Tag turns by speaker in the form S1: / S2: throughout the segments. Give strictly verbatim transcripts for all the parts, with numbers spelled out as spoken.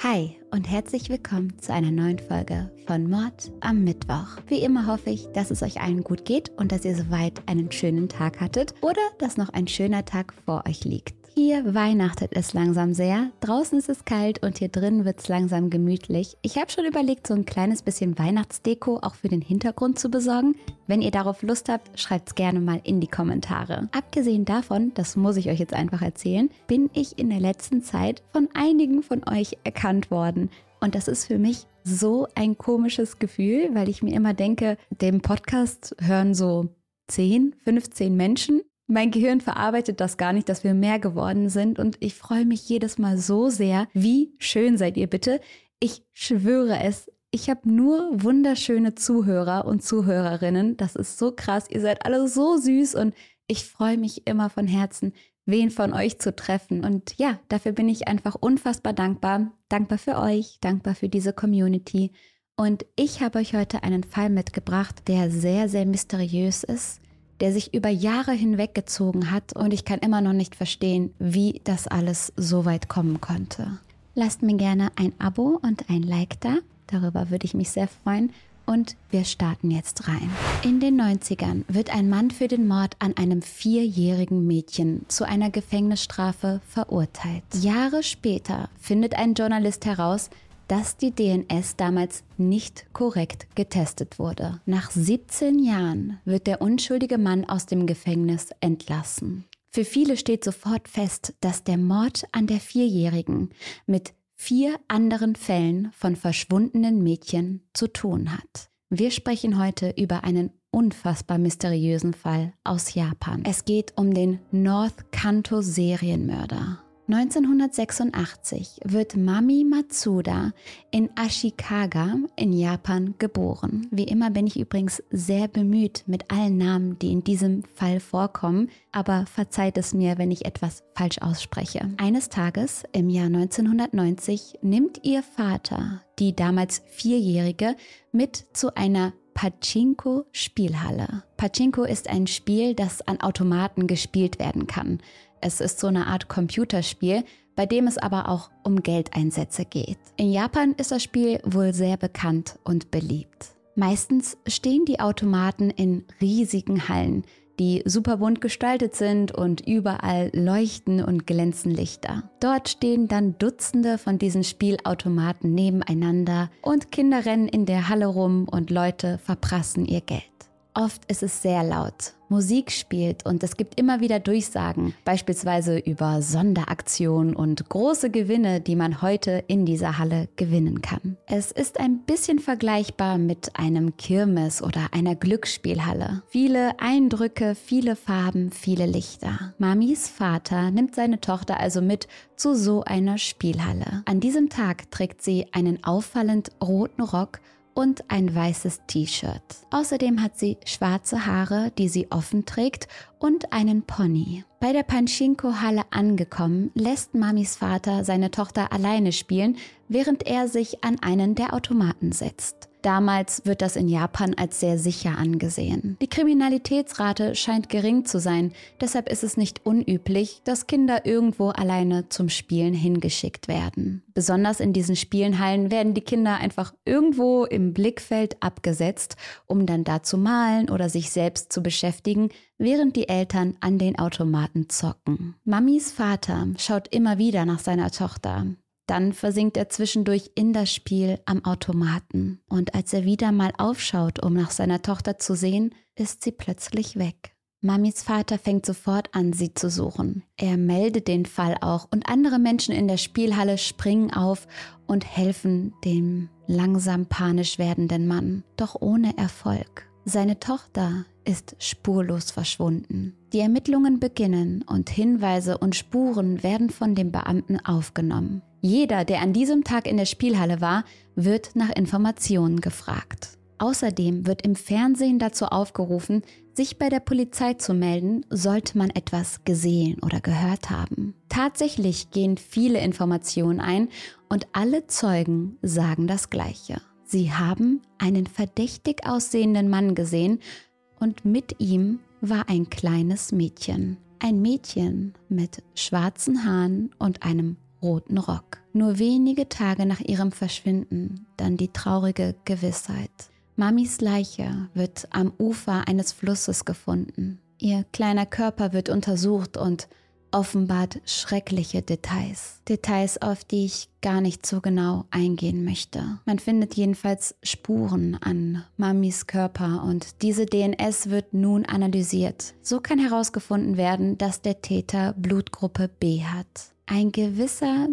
S1: Hi und herzlich willkommen zu einer neuen Folge von Mord am Mittwoch. Wie immer hoffe ich, dass es euch allen gut geht und dass ihr soweit einen schönen Tag hattet oder dass noch ein schöner Tag vor euch liegt. Hier weihnachtet es langsam sehr, draußen ist es kalt und hier drin wird es langsam gemütlich. Ich habe schon überlegt, so ein kleines bisschen Weihnachtsdeko auch für den Hintergrund zu besorgen. Wenn ihr darauf Lust habt, schreibt es gerne mal in die Kommentare. Abgesehen davon, das muss ich euch jetzt einfach erzählen, bin ich in der letzten Zeit von einigen von euch erkannt worden. Und das ist für mich so ein komisches Gefühl, weil ich mir immer denke, dem Podcast hören so zehn, fünfzehn Menschen. Mein Gehirn verarbeitet das gar nicht, dass wir mehr geworden sind und ich freue mich jedes Mal so sehr. Wie schön seid ihr bitte? Ich schwöre es, ich habe nur wunderschöne Zuhörer und Zuhörerinnen. Das ist so krass, ihr seid alle so süß und ich freue mich immer von Herzen, wen von euch zu treffen. Und ja, dafür bin ich einfach unfassbar dankbar. Dankbar für euch, dankbar für diese Community. Und ich habe euch heute einen Fall mitgebracht, der sehr, sehr mysteriös ist, der sich über Jahre hinweggezogen hat und ich kann immer noch nicht verstehen, wie das alles so weit kommen konnte. Lasst mir gerne ein Abo und ein Like da, darüber würde ich mich sehr freuen und wir starten jetzt rein. In den neunzigern wird ein Mann für den Mord an einem vierjährigen Mädchen zu einer Gefängnisstrafe verurteilt. Jahre später findet ein Journalist heraus, dass die D N S damals nicht korrekt getestet wurde. Nach siebzehn Jahren wird der unschuldige Mann aus dem Gefängnis entlassen. Für viele steht sofort fest, dass der Mord an der Vierjährigen mit vier anderen Fällen von verschwundenen Mädchen zu tun hat. Wir sprechen heute über einen unfassbar mysteriösen Fall aus Japan. Es geht um den North Kanto Serienmörder. neunzehnhundertsechsundachtzig wird Mami Matsuda in Ashikaga in Japan geboren. Wie immer bin ich übrigens sehr bemüht mit allen Namen, die in diesem Fall vorkommen, aber verzeiht es mir, wenn ich etwas falsch ausspreche. Eines Tages im Jahr neunzehnhundertneunzig nimmt ihr Vater die damals Vierjährige mit zu einer Pachinko-Spielhalle. Pachinko ist ein Spiel, das an Automaten gespielt werden kann. Es ist so eine Art Computerspiel, bei dem es aber auch um Geldeinsätze geht. In Japan ist das Spiel wohl sehr bekannt und beliebt. Meistens stehen die Automaten in riesigen Hallen, die super bunt gestaltet sind und überall leuchten und glänzen Lichter. Dort stehen dann Dutzende von diesen Spielautomaten nebeneinander und Kinder rennen in der Halle rum und Leute verprassen ihr Geld. Oft ist es sehr laut, Musik spielt und es gibt immer wieder Durchsagen, beispielsweise über Sonderaktionen und große Gewinne, die man heute in dieser Halle gewinnen kann. Es ist ein bisschen vergleichbar mit einem Kirmes oder einer Glücksspielhalle. Viele Eindrücke, viele Farben, viele Lichter. Mamis Vater nimmt seine Tochter also mit zu so einer Spielhalle. An diesem Tag trägt sie einen auffallend roten Rock und ein weißes T-Shirt. Außerdem hat sie schwarze Haare, die sie offen trägt und einen Pony. Bei der Pachinko-Halle angekommen, lässt Mamis Vater seine Tochter alleine spielen, während er sich an einen der Automaten setzt. Damals wird das in Japan als sehr sicher angesehen. Die Kriminalitätsrate scheint gering zu sein, deshalb ist es nicht unüblich, dass Kinder irgendwo alleine zum Spielen hingeschickt werden. Besonders in diesen Spielenhallen werden die Kinder einfach irgendwo im Blickfeld abgesetzt, um dann da zu malen oder sich selbst zu beschäftigen, während die Eltern an den Automaten zocken. Mamis Vater schaut immer wieder nach seiner Tochter. Dann versinkt er zwischendurch in das Spiel am Automaten. Und als er wieder mal aufschaut, um nach seiner Tochter zu sehen, ist sie plötzlich weg. Mamis Vater fängt sofort an, sie zu suchen. Er meldet den Fall auch und andere Menschen in der Spielhalle springen auf und helfen dem langsam panisch werdenden Mann. Doch ohne Erfolg. Seine Tochter ist spurlos verschwunden. Die Ermittlungen beginnen und Hinweise und Spuren werden von dem Beamten aufgenommen. Jeder, der an diesem Tag in der Spielhalle war, wird nach Informationen gefragt. Außerdem wird im Fernsehen dazu aufgerufen, sich bei der Polizei zu melden, sollte man etwas gesehen oder gehört haben. Tatsächlich gehen viele Informationen ein und alle Zeugen sagen das Gleiche. Sie haben einen verdächtig aussehenden Mann gesehen und mit ihm war ein kleines Mädchen. Ein Mädchen mit schwarzen Haaren und einem roten Rock. Nur wenige Tage nach ihrem Verschwinden dann die traurige Gewissheit. Mamis Leiche wird am Ufer eines Flusses gefunden. Ihr kleiner Körper wird untersucht und offenbart schreckliche Details. Details, auf die ich gar nicht so genau eingehen möchte. Man findet jedenfalls Spuren an Mamis Körper und diese D N S wird nun analysiert. So kann herausgefunden werden, dass der Täter Blutgruppe B hat. Ein gewisser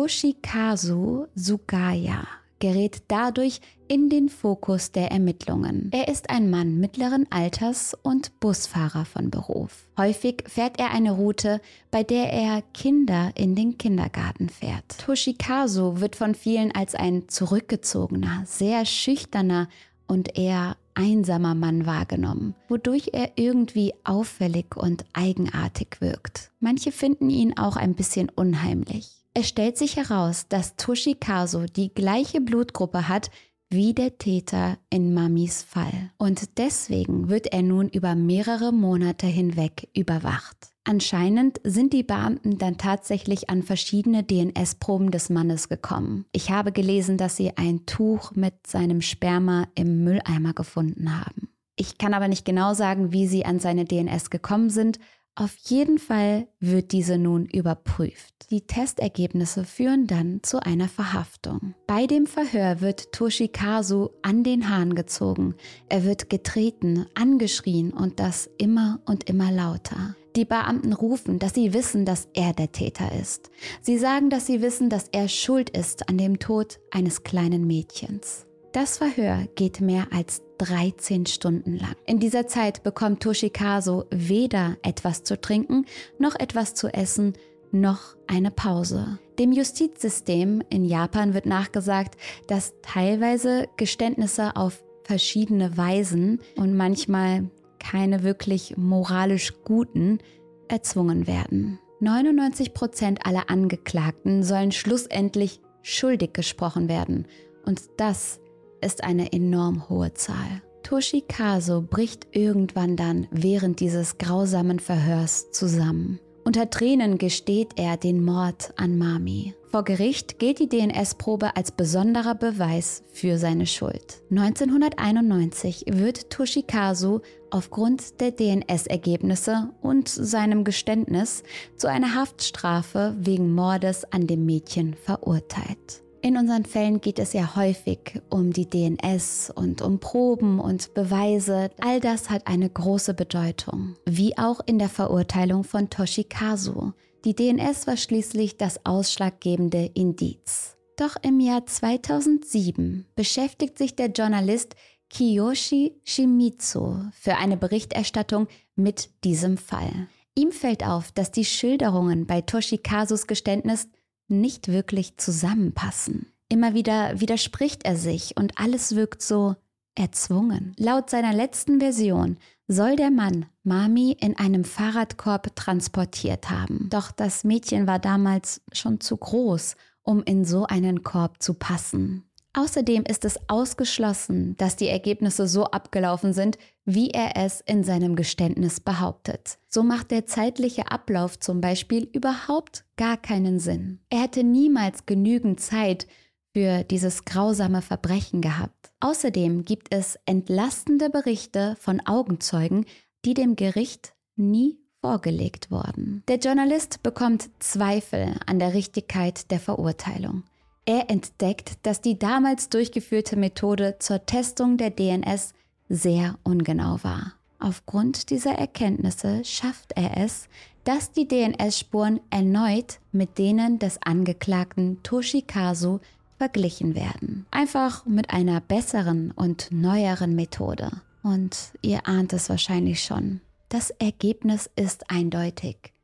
S1: Toshikazu Sugaya gerät dadurch in den Fokus der Ermittlungen. Er ist ein Mann mittleren Alters und Busfahrer von Beruf. Häufig fährt er eine Route, bei der er Kinder in den Kindergarten fährt. Toshikazu wird von vielen als ein zurückgezogener, sehr schüchterner und eher einsamer Mann wahrgenommen, wodurch er irgendwie auffällig und eigenartig wirkt. Manche finden ihn auch ein bisschen unheimlich. Es stellt sich heraus, dass Toshikazu die gleiche Blutgruppe hat wie der Täter in Mamis Fall. Und deswegen wird er nun über mehrere Monate hinweg überwacht. Anscheinend sind die Beamten dann tatsächlich an verschiedene D N S-Proben des Mannes gekommen. Ich habe gelesen, dass sie ein Tuch mit seinem Sperma im Mülleimer gefunden haben. Ich kann aber nicht genau sagen, wie sie an seine D N S gekommen sind. Auf jeden Fall wird diese nun überprüft. Die Testergebnisse führen dann zu einer Verhaftung. Bei dem Verhör wird Toshikazu an den Haaren gezogen. Er wird getreten, angeschrien und das immer und immer lauter. Die Beamten rufen, dass sie wissen, dass er der Täter ist. Sie sagen, dass sie wissen, dass er schuld ist an dem Tod eines kleinen Mädchens. Das Verhör geht mehr als dreizehn Stunden lang. In dieser Zeit bekommt Toshikazu weder etwas zu trinken, noch etwas zu essen, noch eine Pause. Dem Justizsystem in Japan wird nachgesagt, dass teilweise Geständnisse auf verschiedene Weisen und manchmal keine wirklich moralisch guten erzwungen werden. neunundneunzig Prozent aller Angeklagten sollen schlussendlich schuldig gesprochen werden und das ist eine enorm hohe Zahl. Toshikazu bricht irgendwann dann während dieses grausamen Verhörs zusammen. Unter Tränen gesteht er den Mord an Mami. Vor Gericht gilt die D N S-Probe als besonderer Beweis für seine Schuld. neunzehnhunderteinundneunzig wird Toshikazu aufgrund der D N S-Ergebnisse und seinem Geständnis zu einer Haftstrafe wegen Mordes an dem Mädchen verurteilt. In unseren Fällen geht es ja häufig um die D N S und um Proben und Beweise. All das hat eine große Bedeutung. Wie auch in der Verurteilung von Toshikazu. Die D N S war schließlich das ausschlaggebende Indiz. Doch im Jahr zweitausendsieben beschäftigt sich der Journalist Kiyoshi Shimizu für eine Berichterstattung mit diesem Fall. Ihm fällt auf, dass die Schilderungen bei Toshikazus Geständnis nicht wirklich zusammenpassen. Immer wieder widerspricht er sich und alles wirkt so erzwungen. Laut seiner letzten Version soll der Mann Mami in einem Fahrradkorb transportiert haben. Doch das Mädchen war damals schon zu groß, um in so einen Korb zu passen. Außerdem ist es ausgeschlossen, dass die Ergebnisse so abgelaufen sind, wie er es in seinem Geständnis behauptet. So macht der zeitliche Ablauf zum Beispiel überhaupt gar keinen Sinn. Er hätte niemals genügend Zeit für dieses grausame Verbrechen gehabt. Außerdem gibt es entlastende Berichte von Augenzeugen, die dem Gericht nie vorgelegt wurden. Der Journalist bekommt Zweifel an der Richtigkeit der Verurteilung. Er entdeckt, dass die damals durchgeführte Methode zur Testung der D N S sehr ungenau war. Aufgrund dieser Erkenntnisse schafft er es, dass die D N S-Spuren erneut mit denen des Angeklagten Toshikazu verglichen werden. Einfach mit einer besseren und neueren Methode. Und ihr ahnt es wahrscheinlich schon. Das Ergebnis ist eindeutig.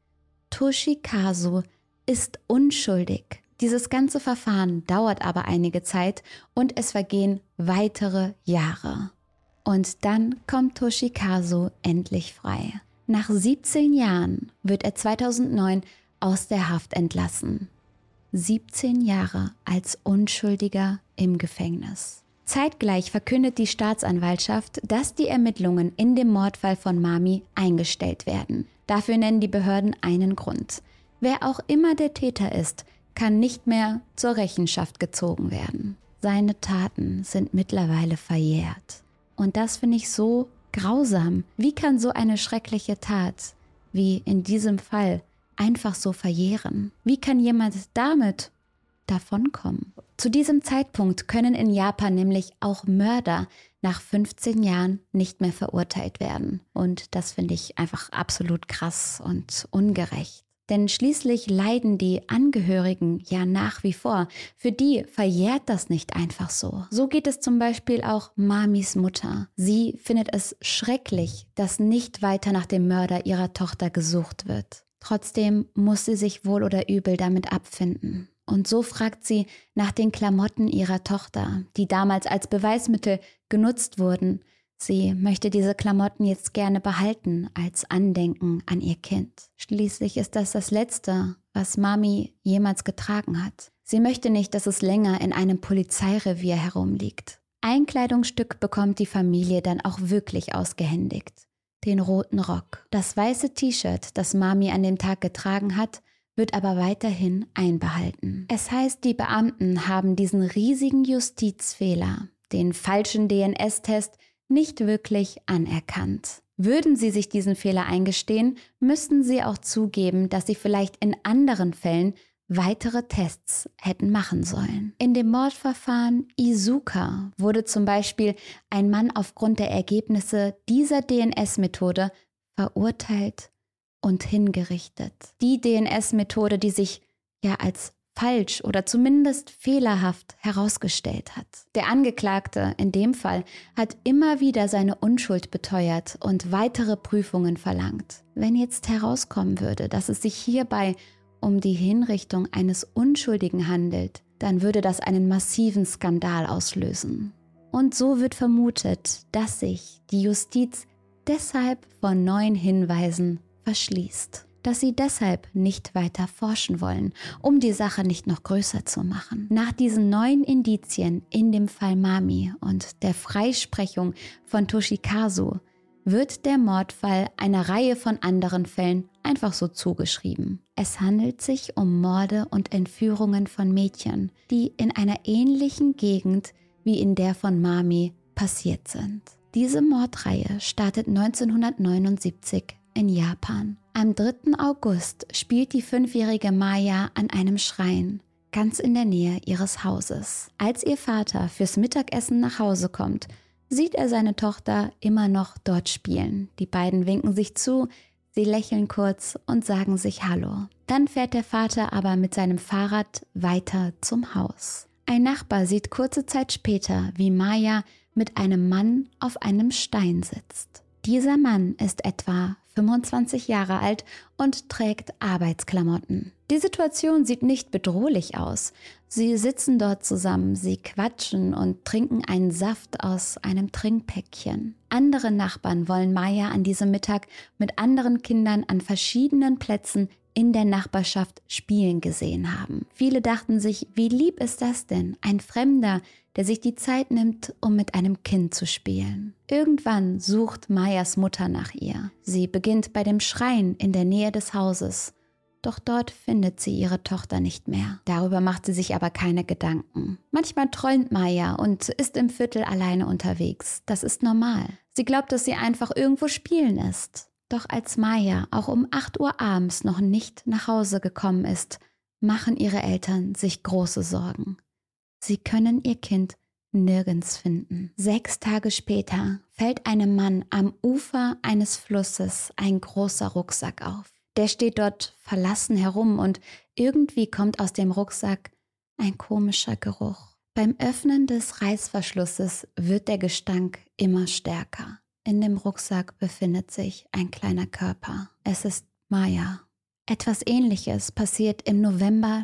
S1: Toshikazu ist unschuldig. Dieses ganze Verfahren dauert aber einige Zeit und es vergehen weitere Jahre. Und dann kommt Toshikazu endlich frei. Nach siebzehn Jahren wird er zweitausendneun aus der Haft entlassen. siebzehn Jahre als Unschuldiger im Gefängnis. Zeitgleich verkündet die Staatsanwaltschaft, dass die Ermittlungen in dem Mordfall von Mami eingestellt werden. Dafür nennen die Behörden einen Grund. Wer auch immer der Täter ist, kann nicht mehr zur Rechenschaft gezogen werden. Seine Taten sind mittlerweile verjährt. Und das finde ich so grausam. Wie kann so eine schreckliche Tat, wie in diesem Fall, einfach so verjähren? Wie kann jemand damit davonkommen? Zu diesem Zeitpunkt können in Japan nämlich auch Mörder nach fünfzehn Jahren nicht mehr verurteilt werden. Und das finde ich einfach absolut krass und ungerecht. Denn schließlich leiden die Angehörigen ja nach wie vor. Für die verjährt das nicht einfach so. So geht es zum Beispiel auch Mamis Mutter. Sie findet es schrecklich, dass nicht weiter nach dem Mörder ihrer Tochter gesucht wird. Trotzdem muss sie sich wohl oder übel damit abfinden. Und so fragt sie nach den Klamotten ihrer Tochter, die damals als Beweismittel genutzt wurden. Sie möchte diese Klamotten jetzt gerne behalten als Andenken an ihr Kind. Schließlich ist das das Letzte, was Mami jemals getragen hat. Sie möchte nicht, dass es länger in einem Polizeirevier herumliegt. Ein Kleidungsstück bekommt die Familie dann auch wirklich ausgehändigt. Den roten Rock. Das weiße T-Shirt, das Mami an dem Tag getragen hat, wird aber weiterhin einbehalten. Es heißt, die Beamten haben diesen riesigen Justizfehler, den falschen D N S-Test, nicht wirklich anerkannt. Würden sie sich diesen Fehler eingestehen, müssten sie auch zugeben, dass sie vielleicht in anderen Fällen weitere Tests hätten machen sollen. In dem Mordverfahren Iizuka wurde zum Beispiel ein Mann aufgrund der Ergebnisse dieser D N S-Methode verurteilt und hingerichtet. Die D N S-Methode, die sich ja als falsch oder zumindest fehlerhaft herausgestellt hat. Der Angeklagte in dem Fall hat immer wieder seine Unschuld beteuert und weitere Prüfungen verlangt. Wenn jetzt herauskommen würde, dass es sich hierbei um die Hinrichtung eines Unschuldigen handelt, dann würde das einen massiven Skandal auslösen. Und so wird vermutet, dass sich die Justiz deshalb vor neuen Hinweisen verschließt. Dass sie deshalb nicht weiter forschen wollen, um die Sache nicht noch größer zu machen. Nach diesen neuen Indizien in dem Fall Mami und der Freisprechung von Toshikazu wird der Mordfall einer Reihe von anderen Fällen einfach so zugeschrieben. Es handelt sich um Morde und Entführungen von Mädchen, die in einer ähnlichen Gegend wie in der von Mami passiert sind. Diese Mordreihe startet neunzehnhundertneunundsiebzig in Japan. Am dritten August spielt die fünfjährige Maya an einem Schrein, ganz in der Nähe ihres Hauses. Als ihr Vater fürs Mittagessen nach Hause kommt, sieht er seine Tochter immer noch dort spielen. Die beiden winken sich zu, sie lächeln kurz und sagen sich Hallo. Dann fährt der Vater aber mit seinem Fahrrad weiter zum Haus. Ein Nachbar sieht kurze Zeit später, wie Maya mit einem Mann auf einem Stein sitzt. Dieser Mann ist etwa fünfundzwanzig Jahre alt und trägt Arbeitsklamotten. Die Situation sieht nicht bedrohlich aus. Sie sitzen dort zusammen, sie quatschen und trinken einen Saft aus einem Trinkpäckchen. Andere Nachbarn wollen Maya an diesem Mittag mit anderen Kindern an verschiedenen Plätzen in der Nachbarschaft spielen gesehen haben. Viele dachten sich, wie lieb ist das denn? Ein Fremder, der sich die Zeit nimmt, um mit einem Kind zu spielen. Irgendwann sucht Mayas Mutter nach ihr. Sie beginnt bei dem Schrein in der Nähe des Hauses. Doch dort findet sie ihre Tochter nicht mehr. Darüber macht sie sich aber keine Gedanken. Manchmal träumt Maya und ist im Viertel alleine unterwegs. Das ist normal. Sie glaubt, dass sie einfach irgendwo spielen ist. Doch als Maya auch um acht Uhr abends noch nicht nach Hause gekommen ist, machen ihre Eltern sich große Sorgen. Sie können ihr Kind nirgends finden. Sechs Tage später fällt einem Mann am Ufer eines Flusses ein großer Rucksack auf. Der steht dort verlassen herum und irgendwie kommt aus dem Rucksack ein komischer Geruch. Beim Öffnen des Reißverschlusses wird der Gestank immer stärker. In dem Rucksack befindet sich ein kleiner Körper. Es ist Maya. Etwas Ähnliches passiert im November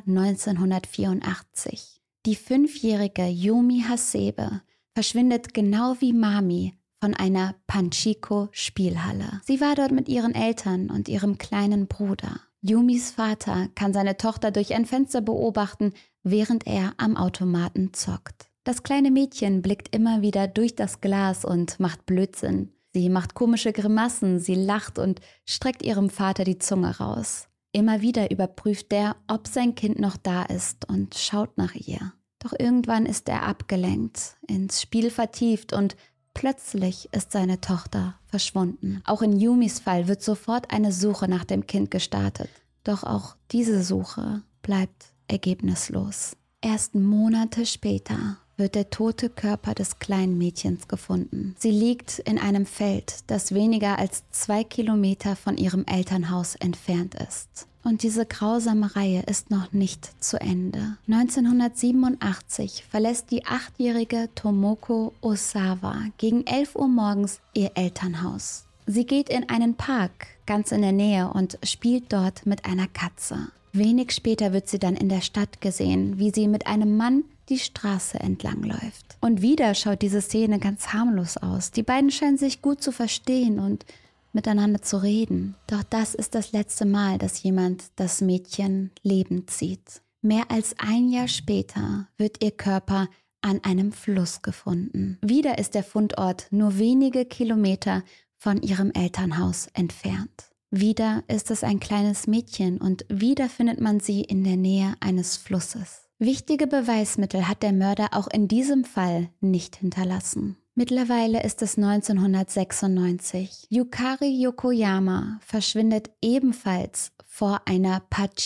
S1: neunzehnhundertvierundachtzig. Die fünfjährige Yumi Hasebe verschwindet genau wie Mami von einer Pachinko-Spielhalle. Sie war dort mit ihren Eltern und ihrem kleinen Bruder. Yumis Vater kann seine Tochter durch ein Fenster beobachten, während er am Automaten zockt. Das kleine Mädchen blickt immer wieder durch das Glas und macht Blödsinn. Sie macht komische Grimassen, sie lacht und streckt ihrem Vater die Zunge raus. Immer wieder überprüft er, ob sein Kind noch da ist und schaut nach ihr. Doch irgendwann ist er abgelenkt, ins Spiel vertieft und plötzlich ist seine Tochter verschwunden. Auch in Yumis Fall wird sofort eine Suche nach dem Kind gestartet. Doch auch diese Suche bleibt ergebnislos. Erst Monate später wird der tote Körper des kleinen Mädchens gefunden. Sie liegt in einem Feld, das weniger als zwei Kilometer von ihrem Elternhaus entfernt ist. Und diese grausame Reihe ist noch nicht zu Ende. neunzehnhundertsiebenundachtzig verlässt die achtjährige Tomoko Osawa gegen elf Uhr morgens ihr Elternhaus. Sie geht in einen Park ganz in der Nähe und spielt dort mit einer Katze. Wenig später wird sie dann in der Stadt gesehen, wie sie mit einem Mann die Straße entlang läuft. Und wieder schaut diese Szene ganz harmlos aus. Die beiden scheinen sich gut zu verstehen und miteinander zu reden. Doch das ist das letzte Mal, dass jemand das Mädchen lebend sieht. Mehr als ein Jahr später wird ihr Körper an einem Fluss gefunden. Wieder ist der Fundort nur wenige Kilometer von ihrem Elternhaus entfernt. Wieder ist es ein kleines Mädchen und wieder findet man sie in der Nähe eines Flusses. Wichtige Beweismittel hat der Mörder auch in diesem Fall nicht hinterlassen. Mittlerweile ist es neunzehnhundertsechsundneunzig. Yukari Yokoyama verschwindet ebenfalls vor einer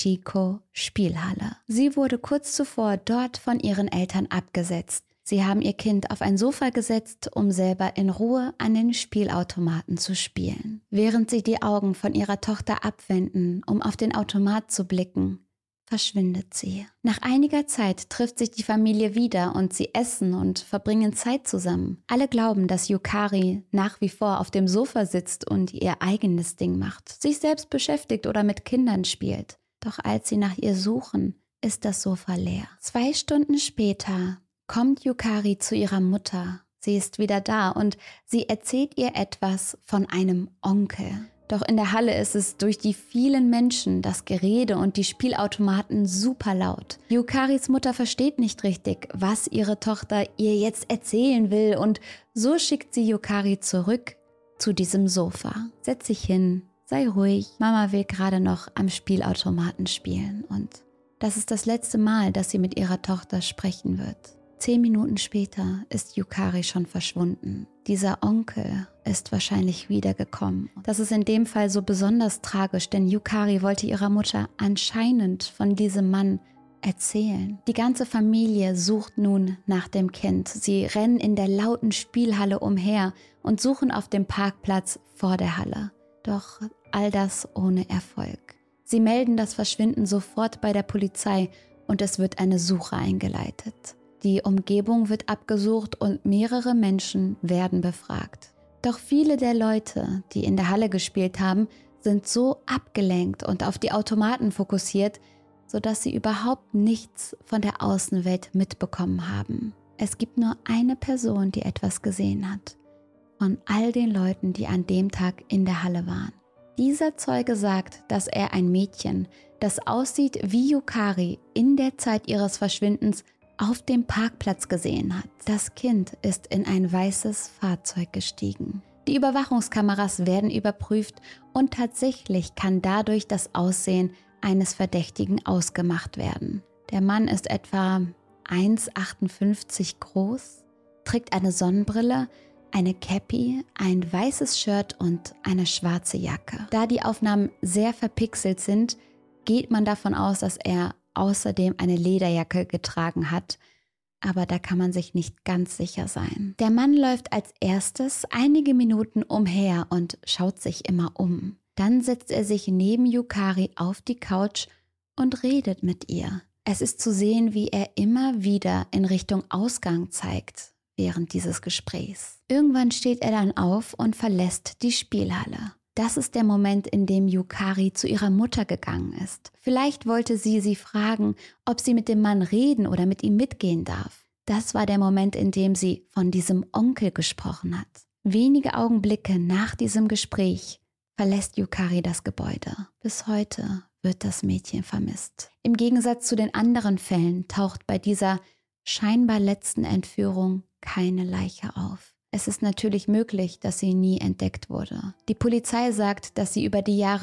S1: Pachiko-Spielhalle. Sie wurde kurz zuvor dort von ihren Eltern abgesetzt. Sie haben ihr Kind auf ein Sofa gesetzt, um selber in Ruhe an den Spielautomaten zu spielen. Während sie die Augen von ihrer Tochter abwenden, um auf den Automat zu blicken, verschwindet sie. Nach einiger Zeit trifft sich die Familie wieder und sie essen und verbringen Zeit zusammen. Alle glauben, dass Yukari nach wie vor auf dem Sofa sitzt und ihr eigenes Ding macht, sich selbst beschäftigt oder mit Kindern spielt. Doch als sie nach ihr suchen, ist das Sofa leer. Zwei Stunden später kommt Yukari zu ihrer Mutter. Sie ist wieder da und sie erzählt ihr etwas von einem Onkel. Doch in der Halle ist es durch die vielen Menschen, das Gerede und die Spielautomaten super laut. Yukaris Mutter versteht nicht richtig, was ihre Tochter ihr jetzt erzählen will und so schickt sie Yukari zurück zu diesem Sofa. Setz dich hin, sei ruhig, Mama will gerade noch am Spielautomaten spielen und das ist das letzte Mal, dass sie mit ihrer Tochter sprechen wird. Zehn Minuten später ist Yukari schon verschwunden. Dieser Onkel ist wahrscheinlich wiedergekommen. Das ist in dem Fall so besonders tragisch, denn Yukari wollte ihrer Mutter anscheinend von diesem Mann erzählen. Die ganze Familie sucht nun nach dem Kind. Sie rennen in der lauten Spielhalle umher und suchen auf dem Parkplatz vor der Halle. Doch all das ohne Erfolg. Sie melden das Verschwinden sofort bei der Polizei und es wird eine Suche eingeleitet. Die Umgebung wird abgesucht und mehrere Menschen werden befragt. Doch viele der Leute, die in der Halle gespielt haben, sind so abgelenkt und auf die Automaten fokussiert, sodass sie überhaupt nichts von der Außenwelt mitbekommen haben. Es gibt nur eine Person, die etwas gesehen hat, von all den Leuten, die an dem Tag in der Halle waren. Dieser Zeuge sagt, dass er ein Mädchen, das aussieht wie Yukari, in der Zeit ihres Verschwindens auf dem Parkplatz gesehen hat. Das Kind ist in ein weißes Fahrzeug gestiegen. Die Überwachungskameras werden überprüft und tatsächlich kann dadurch das Aussehen eines Verdächtigen ausgemacht werden. Der Mann ist etwa eins Komma achtundfünfzig groß, trägt eine Sonnenbrille, eine Cappy, ein weißes Shirt und eine schwarze Jacke. Da die Aufnahmen sehr verpixelt sind, geht man davon aus, dass er außerdem eine Lederjacke getragen hat, aber da kann man sich nicht ganz sicher sein. Der Mann läuft als erstes einige Minuten umher und schaut sich immer um. Dann setzt er sich neben Yukari auf die Couch und redet mit ihr. Es ist zu sehen, wie er immer wieder in Richtung Ausgang zeigt während dieses Gesprächs. Irgendwann steht er dann auf und verlässt die Spielhalle. Das ist der Moment, in dem Yukari zu ihrer Mutter gegangen ist. Vielleicht wollte sie sie fragen, ob sie mit dem Mann reden oder mit ihm mitgehen darf. Das war der Moment, in dem sie von diesem Onkel gesprochen hat. Wenige Augenblicke nach diesem Gespräch verlässt Yukari das Gebäude. Bis heute wird das Mädchen vermisst. Im Gegensatz zu den anderen Fällen taucht bei dieser scheinbar letzten Entführung keine Leiche auf. Es ist natürlich möglich, dass sie nie entdeckt wurde. Die Polizei sagt, dass sie über die Jahre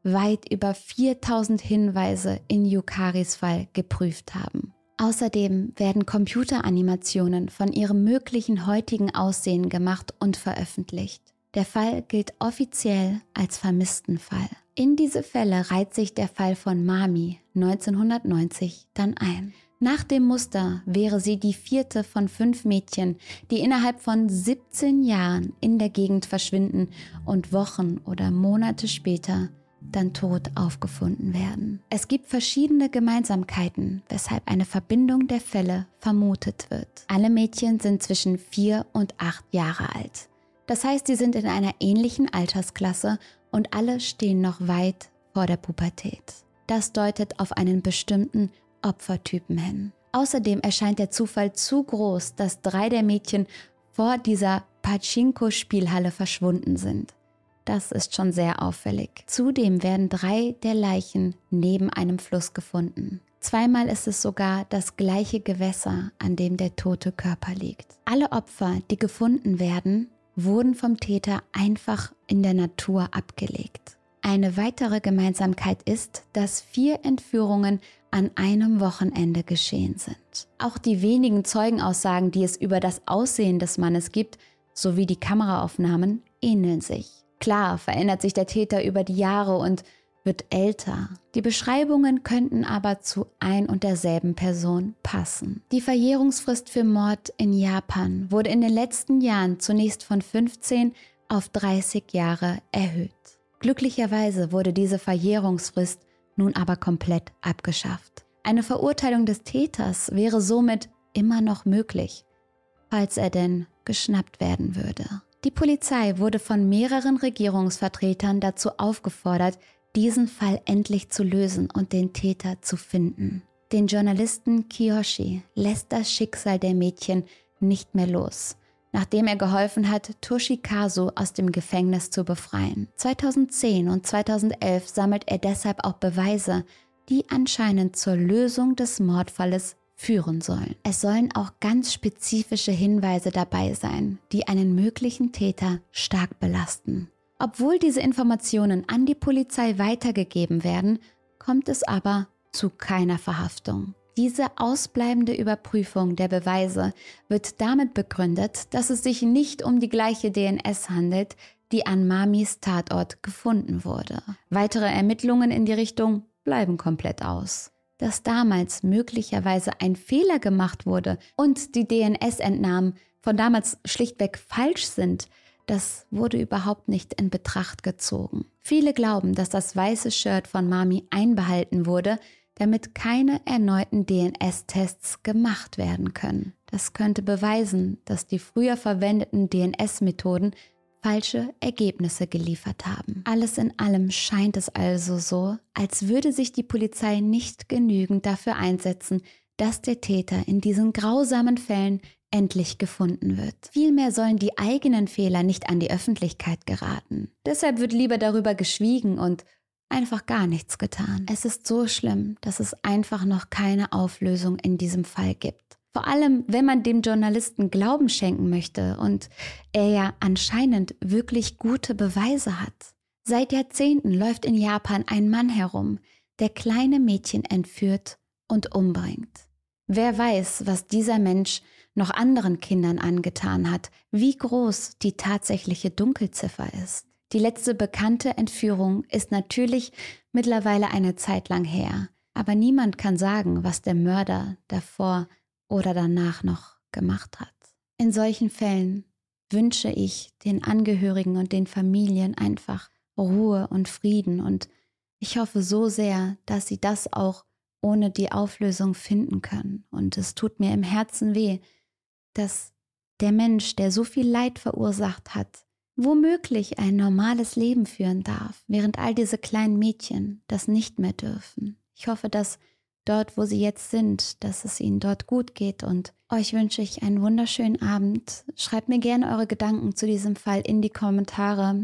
S1: weit über viertausend Hinweise in Yukaris Fall geprüft haben. Außerdem werden Computeranimationen von ihrem möglichen heutigen Aussehen gemacht und veröffentlicht. Der Fall gilt offiziell als Vermisstenfall. In diese Fälle reiht sich der Fall von Mami neunzehnhundertneunzig dann ein. Nach dem Muster wäre sie die vierte von fünf Mädchen, die innerhalb von siebzehn Jahren in der Gegend verschwinden und Wochen oder Monate später dann tot aufgefunden werden. Es gibt verschiedene Gemeinsamkeiten, weshalb eine Verbindung der Fälle vermutet wird. Alle Mädchen sind zwischen vier und acht Jahre alt. Das heißt, sie sind in einer ähnlichen Altersklasse und alle stehen noch weit vor der Pubertät. Das deutet auf einen bestimmten Opfertypen hin. Außerdem erscheint der Zufall zu groß, dass drei der Mädchen vor dieser Pachinko-Spielhalle verschwunden sind. Das ist schon sehr auffällig. Zudem werden drei der Leichen neben einem Fluss gefunden. Zweimal ist es sogar das gleiche Gewässer, an dem der tote Körper liegt. Alle Opfer, die gefunden werden, wurden vom Täter einfach in der Natur abgelegt. Eine weitere Gemeinsamkeit ist, dass vier Entführungen an einem Wochenende geschehen sind. Auch die wenigen Zeugenaussagen, die es über das Aussehen des Mannes gibt, sowie die Kameraaufnahmen, ähneln sich. Klar verändert sich der Täter über die Jahre und wird älter. Die Beschreibungen könnten aber zu ein und derselben Person passen. Die Verjährungsfrist für Mord in Japan wurde in den letzten Jahren zunächst von fünfzehn auf dreißig Jahre erhöht. Glücklicherweise wurde diese Verjährungsfrist nun aber komplett abgeschafft. Eine Verurteilung des Täters wäre somit immer noch möglich, falls er denn geschnappt werden würde. Die Polizei wurde von mehreren Regierungsvertretern dazu aufgefordert, diesen Fall endlich zu lösen und den Täter zu finden. Den Journalisten Kiyoshi lässt das Schicksal der Mädchen nicht mehr los, nachdem er geholfen hat, Toshikazu aus dem Gefängnis zu befreien. zweitausendzehn und zweitausendelf sammelt er deshalb auch Beweise, die anscheinend zur Lösung des Mordfalles führen sollen. Es sollen auch ganz spezifische Hinweise dabei sein, die einen möglichen Täter stark belasten. Obwohl diese Informationen an die Polizei weitergegeben werden, kommt es aber zu keiner Verhaftung. Diese ausbleibende Überprüfung der Beweise wird damit begründet, dass es sich nicht um die gleiche D N S handelt, die an Mamis Tatort gefunden wurde. Weitere Ermittlungen in die Richtung bleiben komplett aus. Dass damals möglicherweise ein Fehler gemacht wurde und die D N S-Entnahmen von damals schlichtweg falsch sind, das wurde überhaupt nicht in Betracht gezogen. Viele glauben, dass das weiße Shirt von Mami einbehalten wurde, damit keine erneuten D N S-Tests gemacht werden können. Das könnte beweisen, dass die früher verwendeten D N S-Methoden falsche Ergebnisse geliefert haben. Alles in allem scheint es also so, als würde sich die Polizei nicht genügend dafür einsetzen, dass der Täter in diesen grausamen Fällen endlich gefunden wird. Vielmehr sollen die eigenen Fehler nicht an die Öffentlichkeit geraten. Deshalb wird lieber darüber geschwiegen und einfach gar nichts getan. Es ist so schlimm, dass es einfach noch keine Auflösung in diesem Fall gibt. Vor allem, wenn man dem Journalisten Glauben schenken möchte und er ja anscheinend wirklich gute Beweise hat. Seit Jahrzehnten läuft in Japan ein Mann herum, der kleine Mädchen entführt und umbringt. Wer weiß, was dieser Mensch noch anderen Kindern angetan hat, wie groß die tatsächliche Dunkelziffer ist. Die letzte bekannte Entführung ist natürlich mittlerweile eine Zeit lang her, aber niemand kann sagen, was der Mörder davor oder danach noch gemacht hat. In solchen Fällen wünsche ich den Angehörigen und den Familien einfach Ruhe und Frieden und ich hoffe so sehr, dass sie das auch ohne die Auflösung finden können. Und es tut mir im Herzen weh, dass der Mensch, der so viel Leid verursacht hat, womöglich ein normales Leben führen darf, während all diese kleinen Mädchen das nicht mehr dürfen. Ich hoffe, dass dort, wo sie jetzt sind, dass es ihnen dort gut geht und euch wünsche ich einen wunderschönen Abend. Schreibt mir gerne eure Gedanken zu diesem Fall in die Kommentare.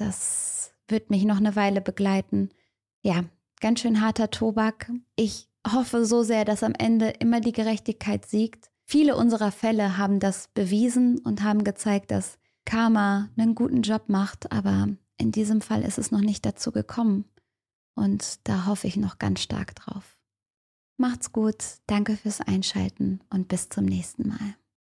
S1: Das wird mich noch eine Weile begleiten. Ja, ganz schön harter Tobak. Ich hoffe so sehr, dass am Ende immer die Gerechtigkeit siegt. Viele unserer Fälle haben das bewiesen und haben gezeigt, dass Karma einen guten Job macht, aber in diesem Fall ist es noch nicht dazu gekommen. Und da hoffe ich noch ganz stark drauf. Macht's gut, danke fürs Einschalten und bis zum nächsten Mal.